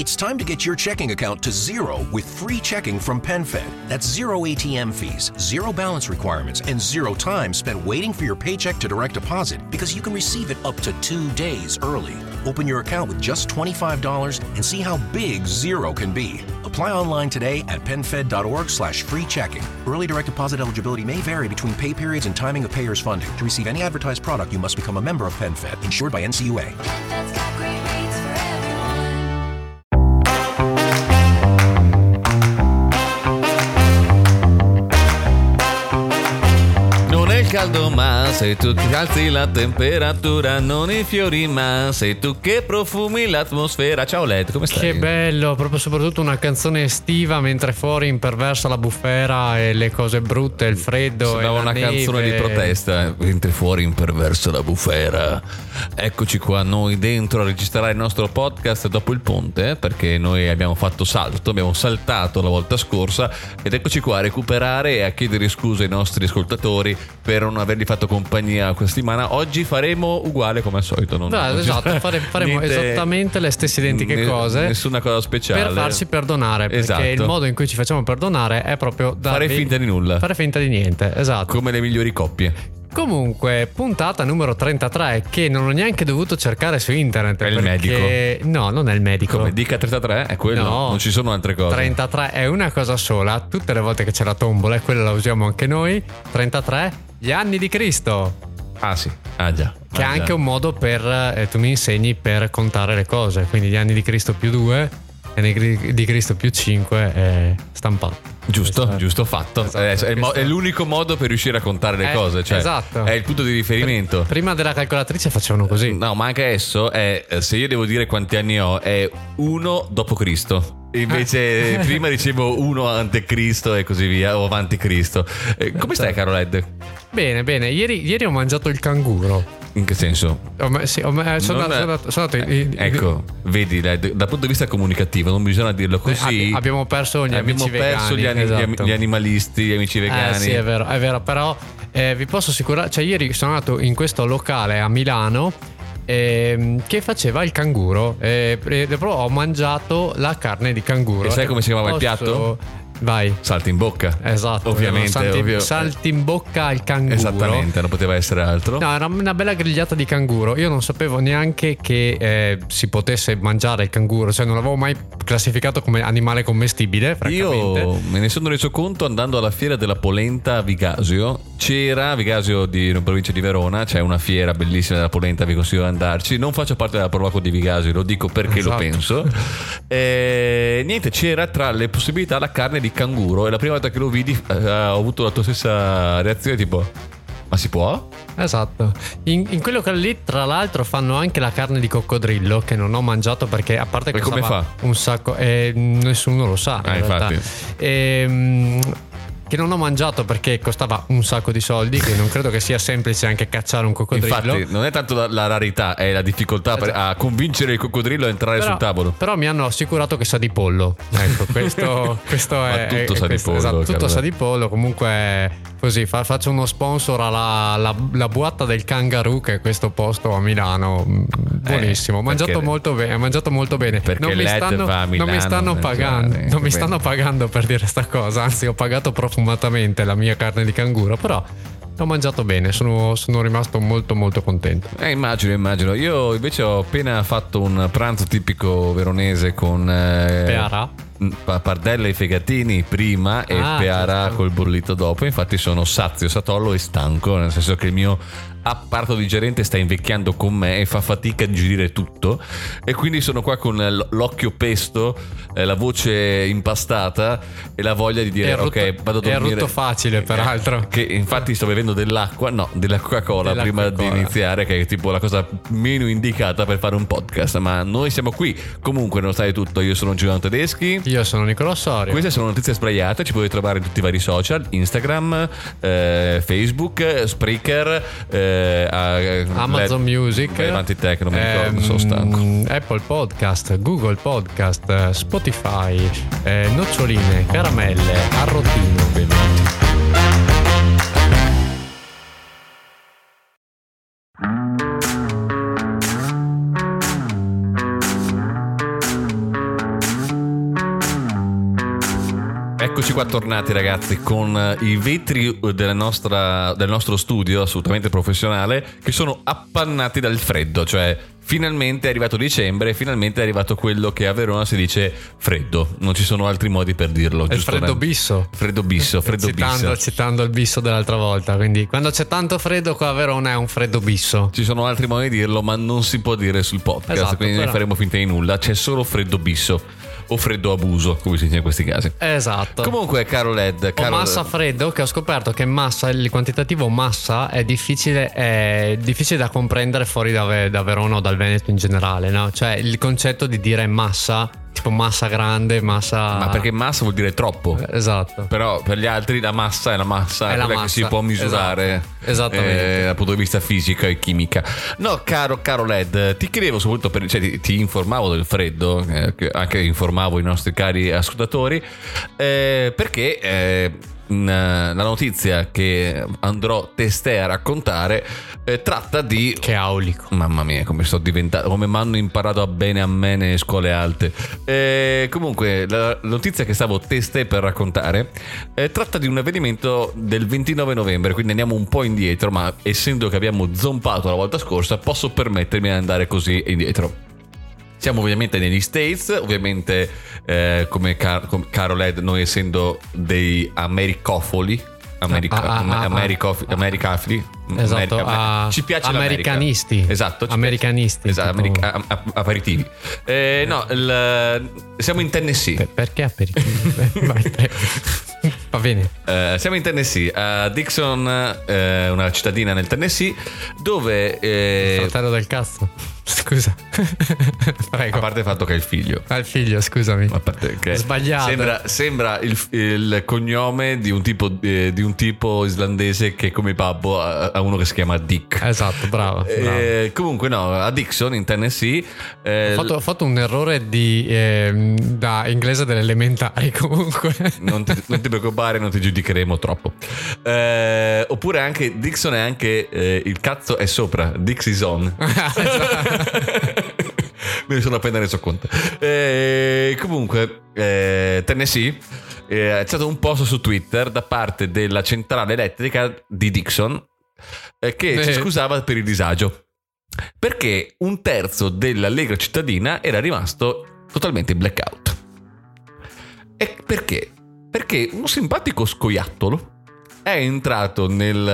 It's time to get your checking account to zero with free checking from PenFed. That's zero ATM fees, zero balance requirements, and zero time spent waiting for your paycheck to direct deposit because you can receive it up to 2 days early. Open your account with just $25 and see how big zero can be. Apply online today at PenFed.org/free checking. Early direct deposit eligibility may vary between pay periods and timing of payers' funding. To receive any advertised product, you must become a member of PenFed, insured by NCUA. PenFed's got great rates for everyone. Non è il caldo ma sei tu che alzi la temperatura, non i fiori ma sei tu che profumi l'atmosfera. Ciao Led, come stai? Che bello, proprio soprattutto una canzone estiva mentre fuori imperversa la bufera e le cose brutte, il freddo. Sembrava e la una neve. canzone di protesta, mentre fuori imperversa la bufera. Eccoci qua noi dentro a registrare il nostro podcast dopo il ponte, perché noi abbiamo fatto abbiamo saltato la volta scorsa, ed eccoci qua a recuperare e a chiedere scusa ai nostri ascoltatori per non avergli fatto compagnia questa settimana. Oggi faremo uguale come al solito, Esatto, faremo niente, esattamente le stesse identiche cose, nessuna cosa speciale, per farci perdonare, perché esatto. il modo in cui ci facciamo perdonare è proprio fare finta di nulla, fare finta di niente, esatto, come le migliori coppie. Comunque, puntata numero 33 che non ho neanche dovuto cercare su internet. È il medico? No, non è il medico. Come dica 33 è quello, No, non ci sono altre cose. 33 è una cosa sola, tutte le volte che c'è la tombola, e quella la usiamo anche noi. 33, gli anni di Cristo. Ah sì, ah già. Che è anche un modo per, tu mi insegni, per contare le cose. Quindi gli anni di Cristo più 2, gli anni di Cristo più 5 è stampato. Giusto fatto. Esatto, è l'unico modo per riuscire a contare le cose, cioè esatto. È il punto di riferimento. Prima della calcolatrice facevano così. No, ma anche adesso è, se io devo dire quanti anni ho, è 1 dopo Cristo. Invece prima dicevo 1 ante Cristo e così via, o avanti Cristo. Come stai, caro Led? Bene. Ieri ho mangiato il canguro. In che senso? Sono andato ecco, vedi, dal punto di vista comunicativo non bisogna dirlo così. Abbiamo perso gli amici vegani. Esatto. Gli animalisti, gli amici vegani. Sì, è vero, però vi posso assicurare, cioè ieri sono andato in questo locale a Milano che faceva il canguro, ho mangiato la carne di canguro. E sai come si chiamava il piatto? Vai. Salti in bocca. Esatto. Ovviamente. Salti in bocca al canguro. Esattamente, non poteva essere altro. No, era una bella grigliata di canguro. Io non sapevo neanche che si potesse mangiare il canguro, cioè non l'avevo mai classificato come animale commestibile, francamente. Io me ne sono reso conto andando alla fiera della polenta a Vigasio. C'era Vigasio di provincia di Verona, c'è una fiera bellissima della polenta, vi consiglio di andarci. Non faccio parte della Proloco di Vigasio, lo dico perché esatto. Lo penso. Niente, c'era tra le possibilità la carne di canguro, e la prima volta che lo vidi ho avuto la tua stessa reazione, tipo: ma si può? Esatto. In quello che lì, tra l'altro, fanno anche la carne di coccodrillo, che non ho mangiato perché, a parte che come fa? Un sacco, nessuno lo sa. Infatti. Che non ho mangiato perché costava un sacco di soldi, che non credo che sia semplice anche cacciare un coccodrillo. Infatti non è tanto la rarità, è la difficoltà a convincere il coccodrillo a entrare sul tavolo. Però mi hanno assicurato che sa di pollo. Ecco, questo è tutto sa di pollo, esatto, tutto sa di pollo. Comunque così faccio uno sponsor alla Boatta del Kangaroo, che è questo posto a Milano, buonissimo. Ho mangiato molto bene. Perché non mi stanno pagando per dire sta cosa, anzi ho pagato profumatamente la mia carne di canguro, però ho mangiato bene, sono rimasto molto molto contento. Immagino. Io invece ho appena fatto un pranzo tipico veronese con pardelle e fegatini prima e peara col bollito dopo. Infatti sono sazio, satollo e stanco, nel senso che il mio apparato digerente sta invecchiando con me e fa fatica a digerire tutto, e quindi sono qua con l'occhio pesto, la voce impastata e la voglia di dire ok, vado a dormire. È rutto facile, peraltro, che infatti sto bevendo della Coca-Cola prima di iniziare, che è tipo la cosa meno indicata per fare un podcast, ma noi siamo qui comunque, nonostante tutto. Io sono Giuliano Tedeschi. Io sono Nicolò Soria. Queste sono notizie sbraiate, ci potete trovare in tutti i vari social: Instagram, Facebook, Spreaker, Amazon Music, avanti te che non mi ricordo, sono stanco. Apple Podcast, Google Podcast, Spotify, noccioline, caramelle, arrotino. Benvenuti. Eccoci qua tornati ragazzi con i vetri del nostro studio assolutamente professionale che sono appannati dal freddo, cioè finalmente è arrivato dicembre, finalmente è arrivato quello che a Verona si dice freddo, non ci sono altri modi per dirlo. È il freddo bisso. Freddo bisso. Citando il bisso dell'altra volta, quindi quando c'è tanto freddo qua a Verona è un freddo bisso. Ci sono altri modi di dirlo ma non si può dire sul podcast, Esatto, quindi ne però faremo finta di nulla, c'è solo freddo bisso. O freddo abuso, come si dice in questi casi. Esatto. Comunque, caro Led, O massa freddo, che ho scoperto che massa, il quantitativo massa è difficile da comprendere fuori da Verona o dal Veneto in generale, no? Cioè il concetto di dire massa, tipo massa grande, massa... Ma perché massa vuol dire troppo. Esatto. Però per gli altri la massa è la massa, è quella che si può misurare. Esatto. Esattamente. Dal punto di vista fisica e chimica. No, caro Led, ti chiedevo soprattutto ti informavo del freddo, anche informavo i nostri cari ascoltatori, perché la notizia che andrò testé a raccontare tratta di... Che aulico. Mamma mia, come sto diventando, come mi hanno imparato a bene a me nelle scuole alte. Comunque la notizia che stavo testé per raccontare tratta di un avvenimento del 29 novembre, quindi andiamo un po' indietro, ma essendo che abbiamo zompato la volta scorsa posso permettermi di andare così indietro. Siamo ovviamente negli States, ovviamente come caro Led, noi essendo dei americofili, americafili. Esatto, ci piace americanisti. l'America. Esatto, americanisti. Esatto, aperitivi. Siamo in Tennessee. Perché aperitivi? Vai, va bene. Siamo in Tennessee, a Dixon, una cittadina nel Tennessee, dove fratello del cazzo. Scusa. Prego. A parte il fatto che è il figlio. Il figlio, scusami. A parte che sbagliato. Sembra il cognome di un tipo islandese che come babbo ha uno che si chiama Dick. Esatto, bravo. Comunque no, a Dixon in Tennessee ho fatto un errore da inglese delle elementari. Comunque non ti preoccupare, non ti giudicheremo troppo. Oppure anche Dixon è anche il cazzo è sopra, Dix is on. Me ne sono appena reso conto. Comunque Tennessee, c'è stato un post su Twitter da parte della centrale elettrica di Dixon che si scusava per il disagio, perché un terzo dell'allegra cittadina era rimasto totalmente in blackout. E perché? Perché un simpatico scoiattolo è entrato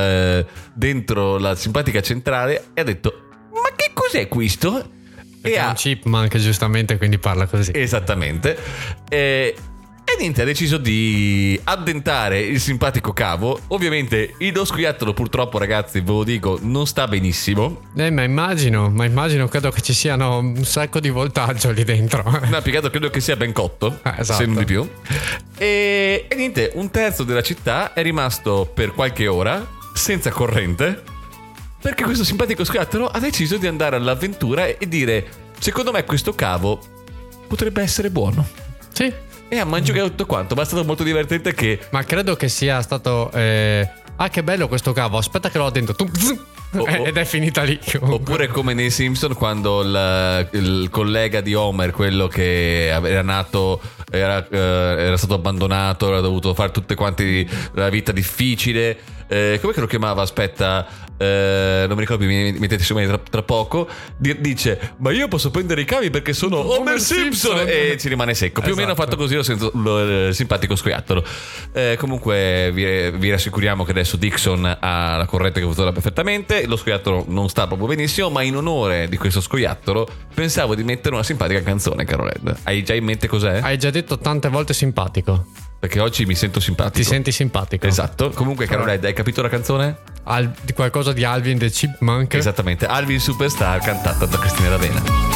dentro la simpatica centrale e ha detto: ma che cos'è questo? Perché è un chipmunk, giustamente, quindi parla così. Esattamente. E niente, ha deciso di addentare il simpatico cavo. Ovviamente lo scoiattolo, purtroppo, ragazzi, ve lo dico, non sta benissimo. Ma immagino, credo che ci siano un sacco di voltaggio lì dentro. No, più che altro credo che sia ben cotto, esatto. Se non di più. E niente, un terzo della città è rimasto per qualche ora senza corrente, perché questo simpatico scoiattolo ha deciso di andare all'avventura e dire: secondo me questo cavo potrebbe essere buono. Sì. E ha mangiato tutto quanto, ma è stato molto divertente che... Ma credo che sia stato... che bello questo cavo, aspetta che lo ho dentro. Ed è finita lì. Oppure come nei Simpson, quando il collega di Homer, quello che era nato, era stato abbandonato, aveva dovuto fare tutte quante la vita difficile. Come che lo chiamava? Aspetta, non mi ricordo, mi mettete su me tra poco. Dice: ma io posso prendere i cavi perché sono Homer Simpson. E ci rimane secco. Più o meno ha fatto così il simpatico scoiattolo. Comunque vi rassicuriamo che adesso Dixon ha la corrente che funziona perfettamente. Lo scoiattolo non sta proprio benissimo, ma in onore di questo scoiattolo pensavo di mettere una simpatica canzone, caro Led. Hai già in mente cos'è? Hai già detto tante volte simpatico, perché oggi mi sento simpatico. Ti senti simpatico. Esatto. Comunque, caro Led, hai capito la canzone? Di qualcosa di Alvin the Chipmunk. Esattamente, Alvin Superstar, cantata da Cristina D'Avena.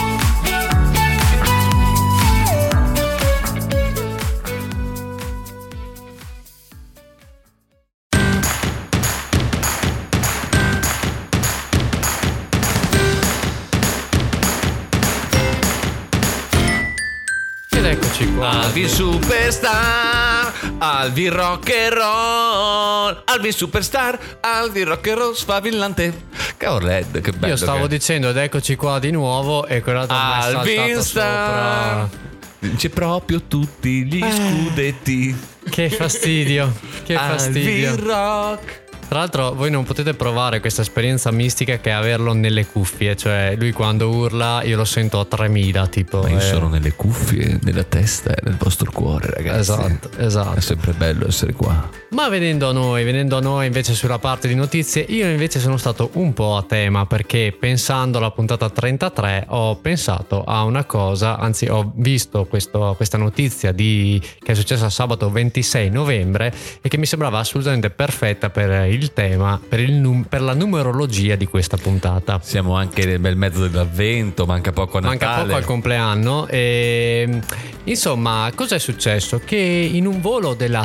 Eccoci qua. Alvin Superstar, Alvin Rock and Roll, Alvin Superstar, Alvin Rock and Roll sfavillante. Caro Led, che bello. Io stavo dicendo ed eccoci qua di nuovo e quello Alvin Star sopra. vince proprio tutti gli scudetti. Che Che fastidio. Che fastidio. Rock. Tra l'altro voi non potete provare questa esperienza mistica che è averlo nelle cuffie. Cioè lui quando urla io lo sento a 3000 tipo. Ma io sono nelle cuffie, nella testa e nel vostro cuore, ragazzi. Esatto. È sempre bello essere qua. Ma venendo a noi invece sulla parte di notizie, io invece sono stato un po' a tema, perché pensando alla puntata 33 ho pensato a una cosa, anzi ho visto questa notizia che è successa sabato 26 novembre e che mi sembrava assolutamente perfetta per il tema, per la numerologia di questa puntata. Siamo anche nel bel mezzo dell'avvento, manca poco a Natale. Manca poco al compleanno e insomma, cosa è successo? Che in un volo della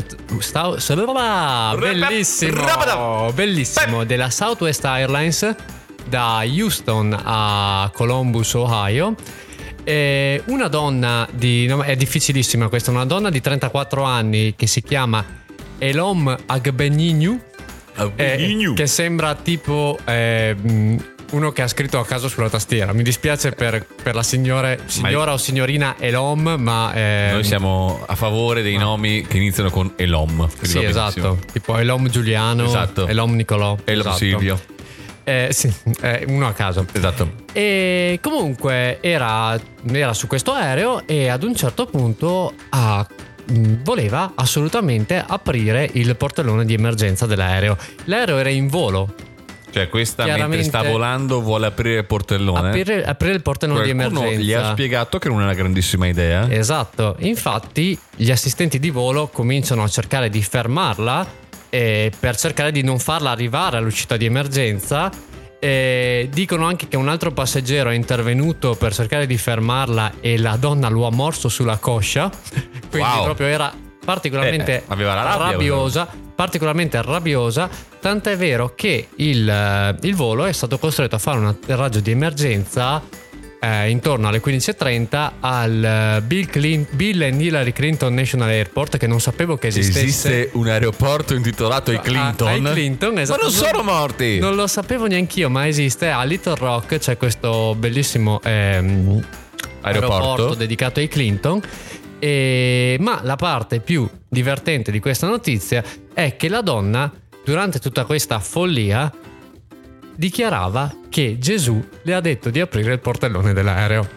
bellissimo della Southwest Airlines da Houston a Columbus, Ohio, una donna è difficilissima questa, una donna di 34 anni che si chiama Elom Agbenignu, che sembra tipo uno che ha scritto a caso sulla tastiera. Mi dispiace per la signora o signorina Elom, ma noi siamo a favore dei nomi che iniziano con Elom. Sì, esatto, tipo Elom Giuliano, esatto. Elom Nicolò, Elom esatto. Silvio. Sì, uno a caso. Esatto. E comunque era su questo aereo e ad un certo punto voleva assolutamente aprire il portellone di emergenza dell'aereo. L'aereo era in volo. Cioè questa mentre sta volando vuole aprire il portellone. Aprire il portellone di emergenza. Gli ha spiegato che non è una grandissima idea. Esatto. Infatti gli assistenti di volo cominciano a cercare di fermarla per cercare di non farla arrivare all'uscita di emergenza. Dicono anche che un altro passeggero è intervenuto per cercare di fermarla e la donna lo ha morso sulla coscia. Quindi proprio era particolarmente aveva la rabbia, particolarmente rabbiosa, tant'è vero che il volo è stato costretto a fare un atterraggio di emergenza intorno alle 15:30 al Bill and Hillary Clinton National Airport, che non sapevo che esistesse. Esiste un aeroporto intitolato ai Clinton? Ai Clinton, esatto. Ma non sono morti! Non lo sapevo neanch'io, ma esiste. A Little Rock c'è questo bellissimo aeroporto dedicato ai Clinton. Ma la parte più divertente di questa notizia è che la donna, durante tutta questa follia, dichiarava che Gesù le ha detto di aprire il portellone dell'aereo.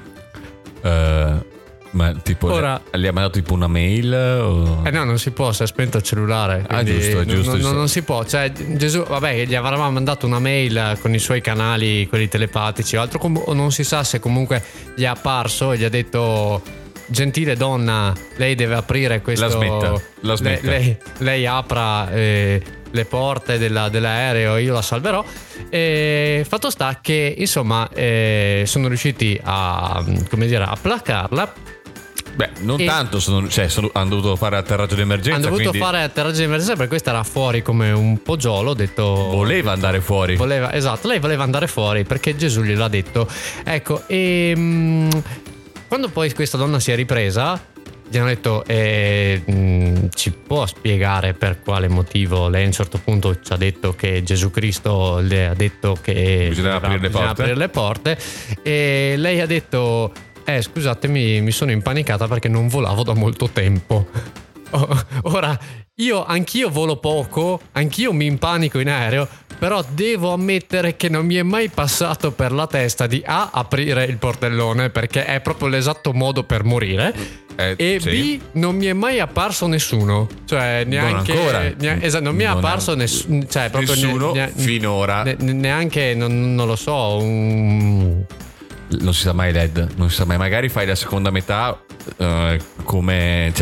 Ma tipo ora, gli ha mandato tipo una mail o... no, non si può, si è spento il cellulare. Giusto. Non si può. Cioè Gesù, vabbè, gli avrà mandato una mail con i suoi canali, quelli telepatici o altro, o non si sa se comunque gli è apparso e gli ha detto: gentile donna, lei deve aprire questo. La smetta. Lei apra le porte dell'aereo, io la salverò. Fatto sta che insomma sono riusciti a placarla. Beh, non tanto hanno dovuto fare atterraggio d'emergenza. Hanno dovuto fare atterraggio d'emergenza perché questa era fuori come un poggiolo. Voleva andare fuori. Esatto, lei voleva andare fuori perché Gesù gliel'ha detto. Ecco, quando poi questa donna si è ripresa, gli hanno detto: ci può spiegare per quale motivo lei a un certo punto ci ha detto che Gesù Cristo le ha detto che bisogna aprire le porte? E lei ha detto: scusatemi, mi sono impanicata perché non volavo da molto tempo. Ora, anch'io volo poco, anch'io mi impanico in aereo, però devo ammettere che non mi è mai passato per la testa di aprire il portellone, perché è proprio l'esatto modo per morire, e sì. B, non mi è mai apparso nessuno, cioè neanche non ancora. Non mi è apparso nessuno, cioè proprio nessuno finora, neanche non lo so, non si sa mai, Led, non si sa mai, magari fai la seconda metà come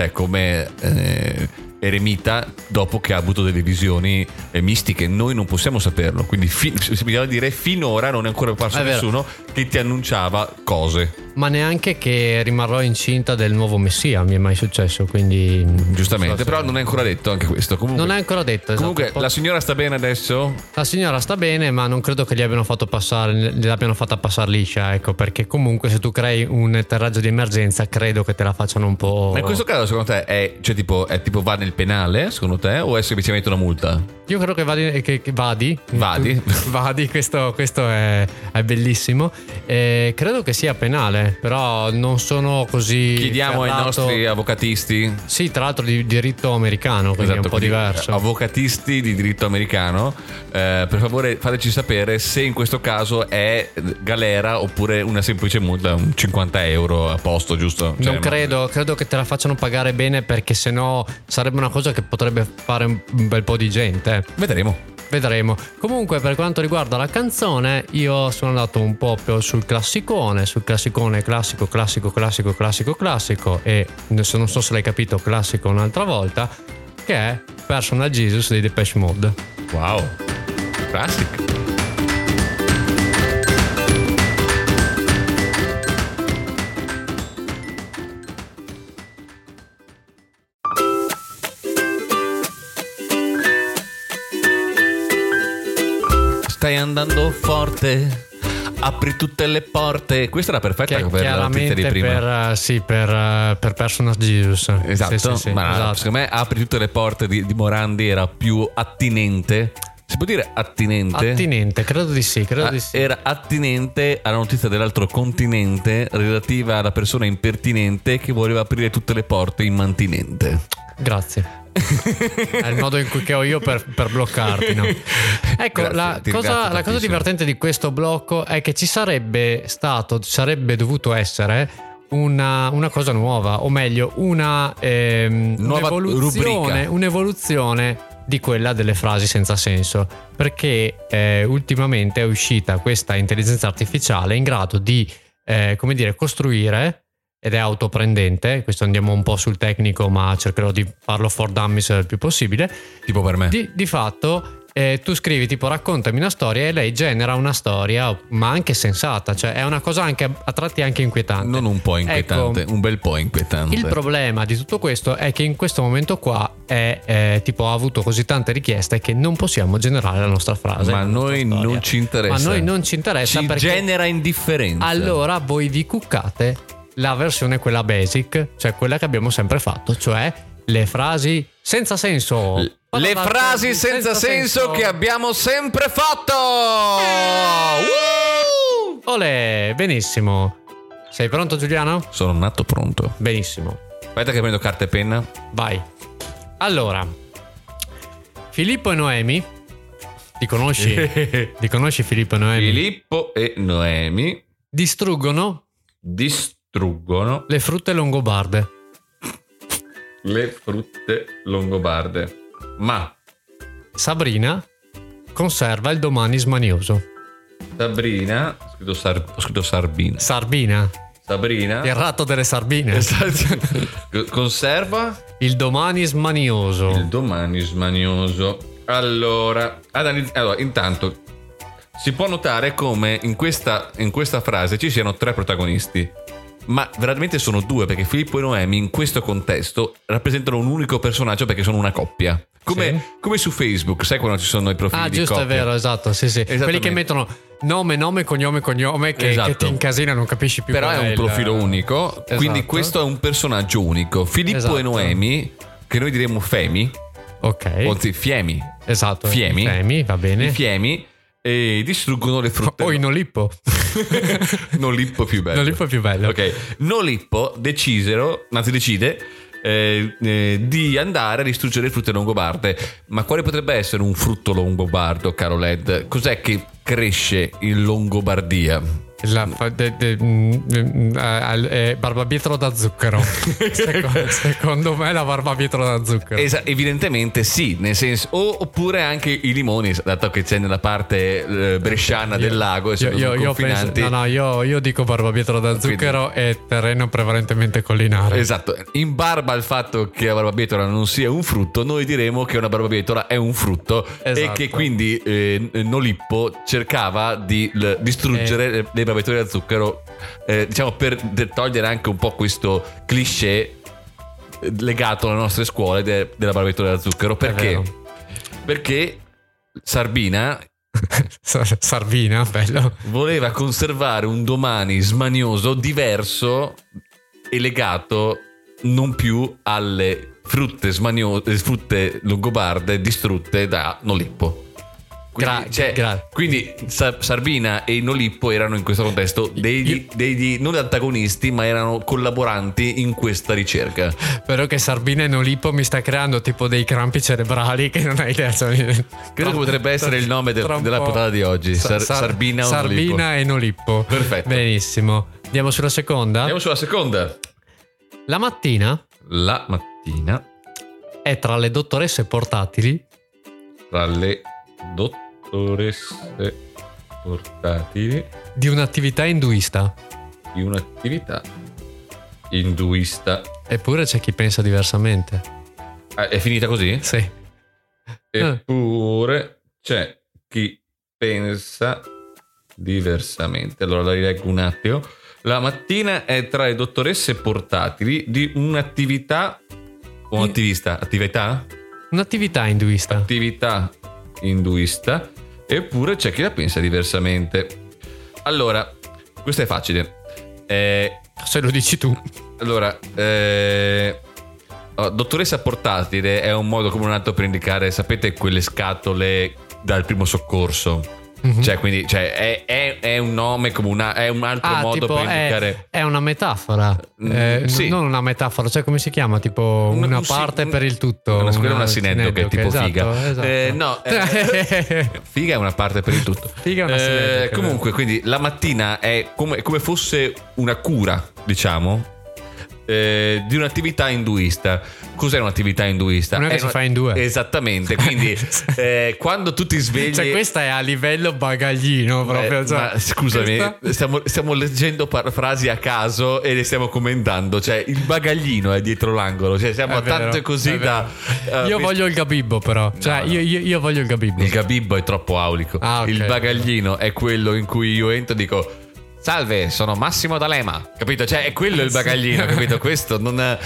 eremita dopo che ha avuto delle visioni mistiche. Noi non possiamo saperlo, quindi bisogna dire finora non è ancora apparso nessuno che ti annunciava cose. Ma neanche che rimarrò incinta del nuovo messia mi è mai successo, quindi giustamente, però non è ancora detto anche questo. Comunque, non è ancora detto, esatto. Comunque la signora sta bene adesso? La signora sta bene, ma non credo che gliel'abbiano fatta passare liscia, ecco, perché comunque se tu crei un atterraggio di emergenza credo che te la facciano un po'. Ma in questo caso secondo te è tipo va nel penale, secondo te, o è semplicemente una multa? Io credo che Vadi. Vadi. Questo è bellissimo. Credo che sia penale, però non sono così. Chiediamo ai ferrato. nostri avvocatisti. Sì, tra l'altro di diritto americano, quindi è un po' quindi, diverso. avvocatisti di diritto americano, per favore fateci sapere se in questo caso è galera oppure una semplice multa, un 50 euro a posto, giusto? Cioè, Non credo che te la facciano pagare bene, perché sennò sarebbe una cosa che potrebbe fare un bel po' di gente. Vedremo. Comunque, per quanto riguarda la canzone, io sono andato un po' più sul classicone classico, e adesso non so se l'hai capito, classico un'altra volta, che è Personal Jesus dei Depeche Mode. Wow, classic. Stai andando forte, apri tutte le porte. Questa era perfetta per la notizia di prima. Per Personal Jesus. Esatto, Sì, ma esatto. secondo me apri tutte le porte di Morandi era più attinente. Si può dire attinente? Attinente, credo di sì. Era attinente alla notizia dell'altro continente relativa alla persona impertinente che voleva aprire tutte le porte immantinente. Grazie. È il modo in cui che ho io per bloccarti, no? Ecco, Grazie, la cosa divertente di questo blocco è che ci sarebbe dovuto essere una cosa nuova, o meglio nuova un'evoluzione di quella delle frasi senza senso, perché ultimamente è uscita questa intelligenza artificiale in grado di costruire, ed è autoprendente. Questo andiamo un po' sul tecnico, ma cercherò di farlo for dummies il più possibile. Tipo per me. Di fatto tu scrivi tipo raccontami una storia e lei genera una storia, ma anche sensata, cioè è una cosa anche a tratti anche inquietante. Non un po' inquietante, ecco, un bel po' inquietante. Il problema di tutto questo è che in questo momento qua ha avuto così tante richieste che non possiamo generare la nostra frase. Ma a noi non ci interessa. A noi non ci interessa, ci perché genera indifferenza. allora voi vi cuccate la versione quella basic, cioè quella che abbiamo sempre fatto, cioè le frasi senza senso. Le frasi senza senso che abbiamo sempre fatto. Olè, benissimo. Sei pronto, Giuliano? Sono nato pronto. Benissimo. Aspetta che prendo carta e penna. Vai. Allora, Filippo e Noemi. Li conosci? Li conosci Filippo e Noemi? Filippo e Noemi distruggono le frutte longobarde. Ma Sabrina conserva il domani smanioso. Sabrina, ho scritto Sarbina. Sarbina, Sabrina, il ratto delle sardine. Esatto. Conserva Il domani smanioso. il domani smanioso. Allora, intanto si può notare come in questa frase ci siano tre protagonisti, ma veramente sono due, perché Filippo e Noemi in questo contesto rappresentano un unico personaggio, perché sono una coppia. Come su Facebook, sai quando ci sono i profili di giusto, coppia? è vero, esatto, sì. Quelli che mettono nome, cognome, che ti incasina, non capisci più. Però qual è un profilo unico, Esatto. quindi questo è un personaggio unico. Filippo Esatto. e Noemi, che noi diremmo Femi, Ok. anzi Fiemi. Esatto. Fiemi. Femi, va bene. I Fiemi e distruggono le frutte. O i Nolippo. Nolippo più bello. Nolippo è più bello. Ok, Nolippo decide di andare a distruggere le frutte longobarde. Ma quale potrebbe essere un frutto longobardo, caro Led? Cos'è che cresce in Longobardia? Barbabietro da zucchero. Secondo me la barbabietro da zucchero. Evidentemente sì, nel senso, oppure anche i limoni, dato che c'è nella parte bresciana del lago, io penso, io dico barbabietro da zucchero e terreno prevalentemente collinare. Esatto, in barba al fatto che la barbabietola non sia un frutto, noi diremo che una barbabietola è un frutto. Esatto. E che quindi Nolippo cercava di distruggere le barbabietole da zucchero, diciamo per togliere anche un po' questo cliché legato alle nostre scuole della barbabietola da zucchero. Perché? Perché Sarbina bello, voleva conservare un domani smanioso, diverso e legato non più alle frutte longobarde distrutte da Nolippo. Quindi Sarbina e Nolippo erano in questo contesto degli non antagonisti, ma erano collaboranti in questa ricerca. Però che Sarbina e Nolippo mi sta creando tipo dei crampi cerebrali che non hai idea. Credo che potrebbe essere il nome della puntata di oggi. Sarbina e Nolippo. Perfetto. Benissimo. Andiamo sulla seconda? Andiamo sulla seconda. La mattina è tra le dottoresse portatili. Tra le dottoresse portatili Di un'attività induista. Eppure c'è chi pensa diversamente. È finita così? Sì. Eppure c'è chi pensa diversamente. Allora la rileggo un attimo. La mattina è tra le dottoresse portatili di un'attività o attività? Un'attività induista. Attività induista. Eppure c'è chi la pensa diversamente. Allora, questo è facile. Se lo dici tu. Allora, dottoressa portatile è un modo come un altro per indicare, sapete, quelle scatole dal primo soccorso. Mm-hmm. È un nome come è un altro modo per indicare. È una metafora. Sì. Non una metafora, cioè come si chiama? Tipo una parte per il tutto. Quella è una sineddoche, tipo esatto, figa. Esatto. Figa è una parte per il tutto. Figa è una sineddoche. Comunque, quindi la mattina è come fosse una cura, diciamo, di un'attività induista. Cos'è un'attività induista? Una che si fa in due. Esattamente. Quindi quando tu ti svegli, cioè questa è a livello bagaglino proprio. Ma scusami, stiamo leggendo frasi a caso e le stiamo commentando. Cioè il bagaglino è dietro l'angolo. Cioè siamo a tante così da io voglio il gabibbo, però. Cioè no. Io voglio il gabibbo. Il gabibbo è troppo aulico. Okay. Il bagaglino è quello in cui io entro e dico: salve, sono Massimo D'Alema, capito? Cioè è quello il bagaglino, capito? Questo non è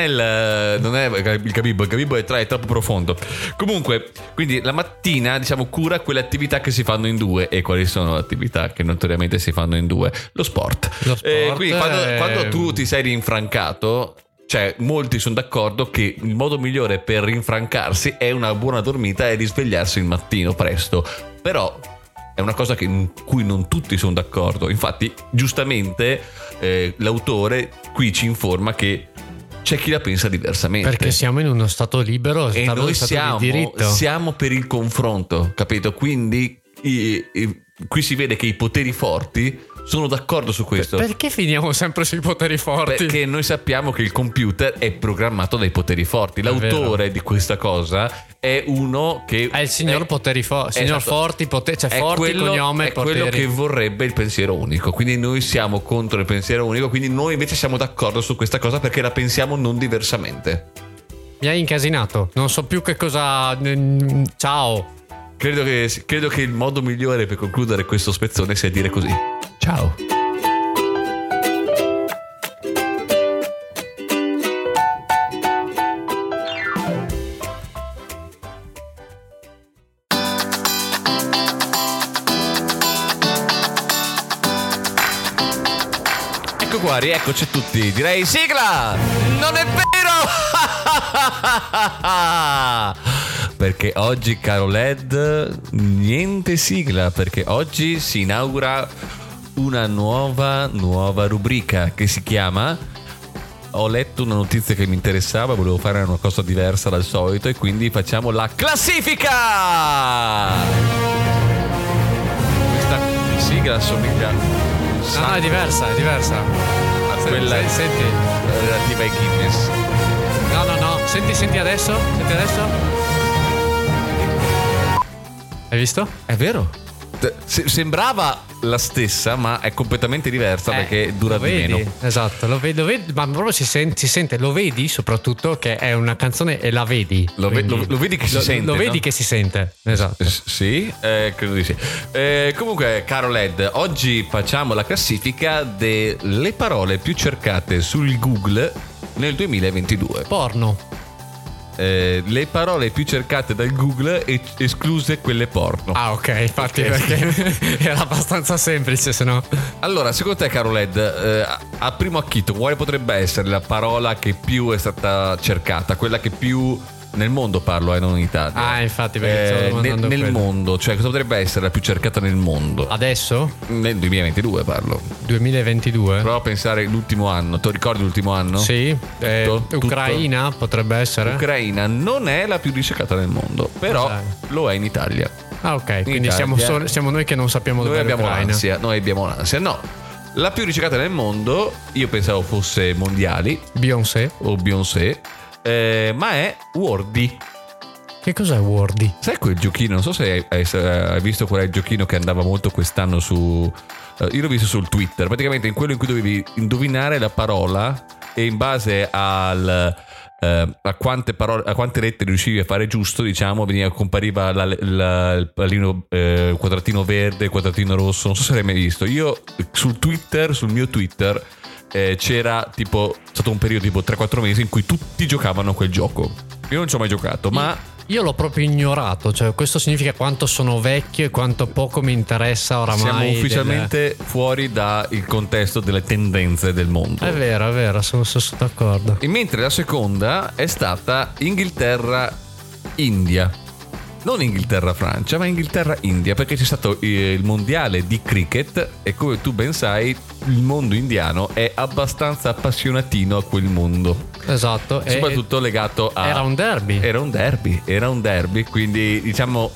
il gabibbo. Il gabibbo è troppo profondo. Comunque, quindi la mattina, diciamo, cura quelle attività che si fanno in due. E quali sono le attività che notoriamente si fanno in due? Lo sport. Quindi quando tu ti sei rinfrancato, cioè molti sono d'accordo che il modo migliore per rinfrancarsi è una buona dormita e risvegliarsi il mattino presto. Però è una cosa in cui non tutti sono d'accordo. Infatti, giustamente, l'autore qui ci informa che c'è chi la pensa diversamente. Perché siamo in uno stato libero e noi di diritto. Siamo per il confronto, capito? Quindi qui si vede che i poteri forti sono d'accordo su questo. Perché finiamo sempre sui poteri forti? Perché noi sappiamo che il computer è programmato dai poteri forti. L'autore di questa cosa è uno che è il signor poteri forti. Signor esatto, forti, cioè forti, cognome, è poteri. Quello che vorrebbe il pensiero unico. Quindi noi siamo contro il pensiero unico. Quindi noi invece siamo d'accordo su questa cosa perché la pensiamo non diversamente. Mi hai incasinato. Non so più che cosa. Ciao. Credo che il modo migliore per concludere questo spezzone sia dire così. Ciao. Ecco qua, rieccoci tutti. Direi sigla! Non è vero! Perché oggi, caro Led, niente sigla, perché oggi si inaugura una nuova rubrica che si chiama: ho letto una notizia che mi interessava, volevo fare una cosa diversa dal solito e quindi facciamo la classifica. Questa sigla assomiglia no, è diversa a quella senti relativa ai Guinness. No, senti adesso. Hai visto? È vero. Sembrava la stessa, ma è completamente diversa perché dura di meno. Esatto, lo vedi, ma proprio si sente, lo vedi soprattutto che è una canzone e la vedi. Lo vedi che si sente. Lo vedi che si sente, esatto. Sì, credo di sì. Comunque, caro Led, oggi facciamo la classifica delle parole più cercate sul Google nel 2022. Porno. le parole più cercate dal Google escluse quelle porno. Ah, ok, infatti perché era abbastanza semplice, se no. Allora, secondo te, caro Led, a primo acchito, quale potrebbe essere la parola che più è stata cercata? Quella che più nel mondo parlo, non in Italia. Ah, infatti, perché stavo domandando nel quello. mondo, cioè cosa potrebbe essere la più cercata nel mondo? Adesso? Nel 2022 parlo. 2022? Prova a pensare l'ultimo anno. Tu ricordi l'ultimo anno? Sì, Tutto? Ucraina potrebbe essere. Ucraina non è la più ricercata nel mondo, però lo è in Italia. Ah, ok, quindi Italia. siamo noi che non sappiamo dove è l'Ucraina. Noi abbiamo l'ansia. No, la più ricercata nel mondo, io pensavo fosse Mondiali Beyoncé. o Beyoncé, ma è Wordy. Che cos'è Wordy? Sai quel giochino? Non so se hai visto qual è il giochino che andava molto quest'anno su... io l'ho visto sul Twitter. Praticamente in quello in cui dovevi indovinare la parola e in base a quante lettere riuscivi a fare giusto, diciamo, compariva il pallino, quadratino verde, quadratino rosso. Non so se l'hai mai visto. Io sul mio Twitter c'era tipo stato un periodo tipo 3-4 mesi in cui tutti giocavano a quel gioco. Io non ci ho mai giocato, ma Io l'ho proprio ignorato, cioè questo significa quanto sono vecchio e quanto poco mi interessa oramai. siamo ufficialmente fuori dal contesto delle tendenze del mondo. È vero, sono d'accordo. E mentre la seconda è stata Inghilterra-India. Non Inghilterra-Francia, ma Inghilterra-India, perché c'è stato il mondiale di cricket e come tu ben sai il mondo indiano è abbastanza appassionatino a quel mondo. Esatto. Soprattutto legato a... Era un derby. Era un derby, quindi diciamo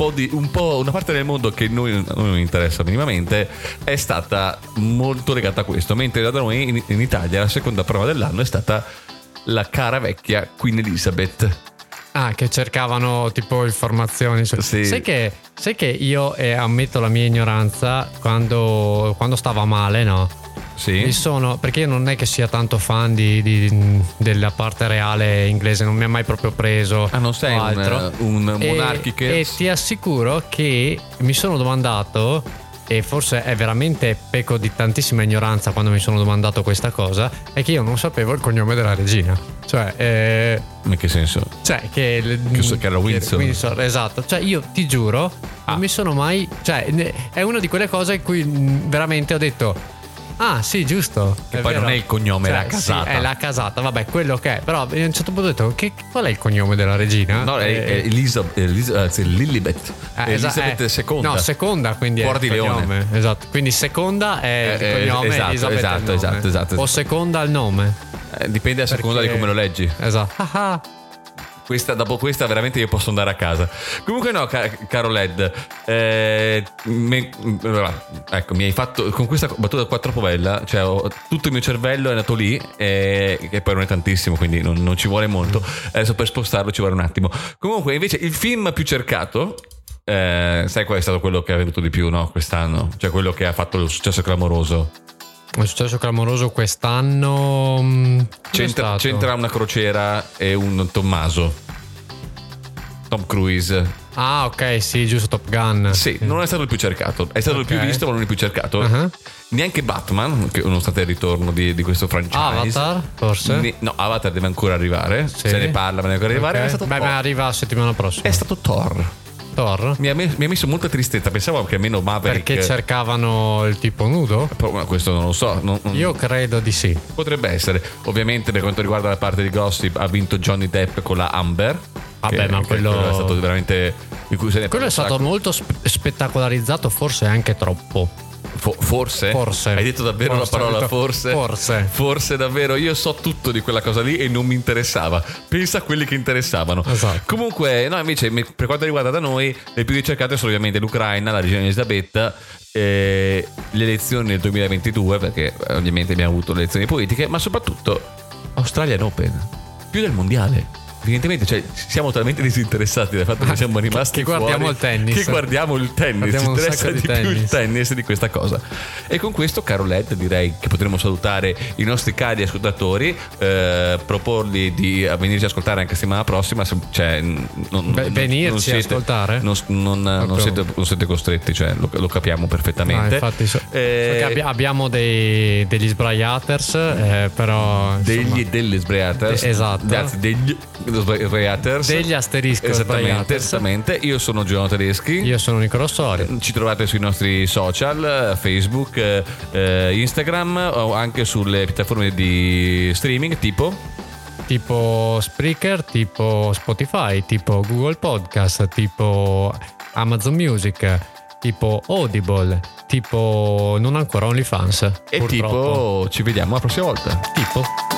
una parte del mondo che non interessa minimamente è stata molto legata a questo, mentre da noi in Italia la seconda prova dell'anno è stata la cara vecchia Queen Elizabeth. Ah, che cercavano tipo informazioni. Sì. Sai che io ammetto la mia ignoranza quando stava male, no? Sì. Perché io non è che sia tanto fan della parte reale inglese, non mi ha mai proprio preso. Ah, non sei un monarchiche? E ti assicuro che mi sono domandato, e forse è veramente pecco di tantissima ignoranza quando mi sono domandato questa cosa, è che io non sapevo il cognome della regina. Cioè, in che senso? Cioè, che era Windsor. Esatto. Cioè, io ti giuro, non mi sono mai. Cioè, è una di quelle cose in cui veramente ho detto. Ah, sì, giusto. Che poi non è il cognome, è la casata. Sì, è la casata, vabbè, quello che è. Però a un certo punto ho detto, qual è il cognome della regina? No, è Lilibet. Elisabeth II. No, seconda, quindi Cuor è di il cognome. leone. Esatto. Quindi seconda è il cognome, Elisabeth è il nome. Esatto. O seconda il nome. Dipende a seconda di come lo leggi. Esatto. Dopo questa veramente io posso andare a casa. Comunque no, caro Led, mi hai fatto con questa battuta qua troppo bella. Cioè tutto il mio cervello è nato lì che poi non è tantissimo, quindi non ci vuole molto. Adesso per spostarlo ci vuole un attimo. Comunque invece il film più cercato, sai qual è stato quello che ha venduto di più, no, quest'anno? Cioè quello che ha fatto il successo clamoroso. Il successo clamoroso quest'anno c'entra una crociera e un Tommaso, Tom Cruise. Ah, ok, sì, giusto, Top Gun. Sì, non è stato il più cercato. È stato il più visto, ma non il più cercato. Uh-huh. Neanche Batman, nonostante il ritorno di questo franchise. Avatar, forse? No, Avatar deve ancora arrivare. Sì. Se ne parla, ma deve ancora arrivare. Okay. È stato ma arriva la settimana prossima. È stato Thor. Mi ha messo molta tristezza. Pensavo che almeno Maverick. Perché cercavano il tipo nudo? Questo non lo so. Io credo di sì. Potrebbe essere. Ovviamente, per quanto riguarda la parte di gossip, ha vinto Johnny Depp con la Amber. Vabbè, ma quello è stato veramente. Quello è stato molto spettacolarizzato, forse anche troppo. Forse? Hai detto davvero la parola forse? Forse davvero. Io so tutto di quella cosa lì e non mi interessava. Pensa a quelli che interessavano. Esatto. Comunque, no, invece per quanto riguarda da noi, le più ricercate sono ovviamente l'Ucraina, la regina Elisabetta, le elezioni del 2022, perché ovviamente abbiamo avuto le elezioni politiche, ma soprattutto Australian Open, più del mondiale. Evidentemente, cioè, siamo talmente disinteressati dal fatto che siamo rimasti che guardiamo fuori, il tennis. che guardiamo il tennis. Ci interessa di più il tennis di questa cosa. E con questo, caro Led, direi che potremo salutare i nostri cari ascoltatori, proporli di venirci a ascoltare anche settimana prossima. Cioè, venirci a ascoltare? Non siete costretti, cioè, lo capiamo perfettamente. Infatti, so che abbiamo degli sbraiaters, però degli sbraiaters. Esatto. Anzi, Sbaiaters. Degli asterischi Esattamente. Io sono Giovanni Tedeschi. Io sono Nicolò Soria. Ci trovate sui nostri social, Facebook, Instagram o anche sulle piattaforme di streaming tipo Spreaker, tipo Spotify, tipo Google Podcast, tipo Amazon Music, tipo Audible, tipo non ancora OnlyFans. E purtroppo. tipo ci vediamo la prossima volta. Tipo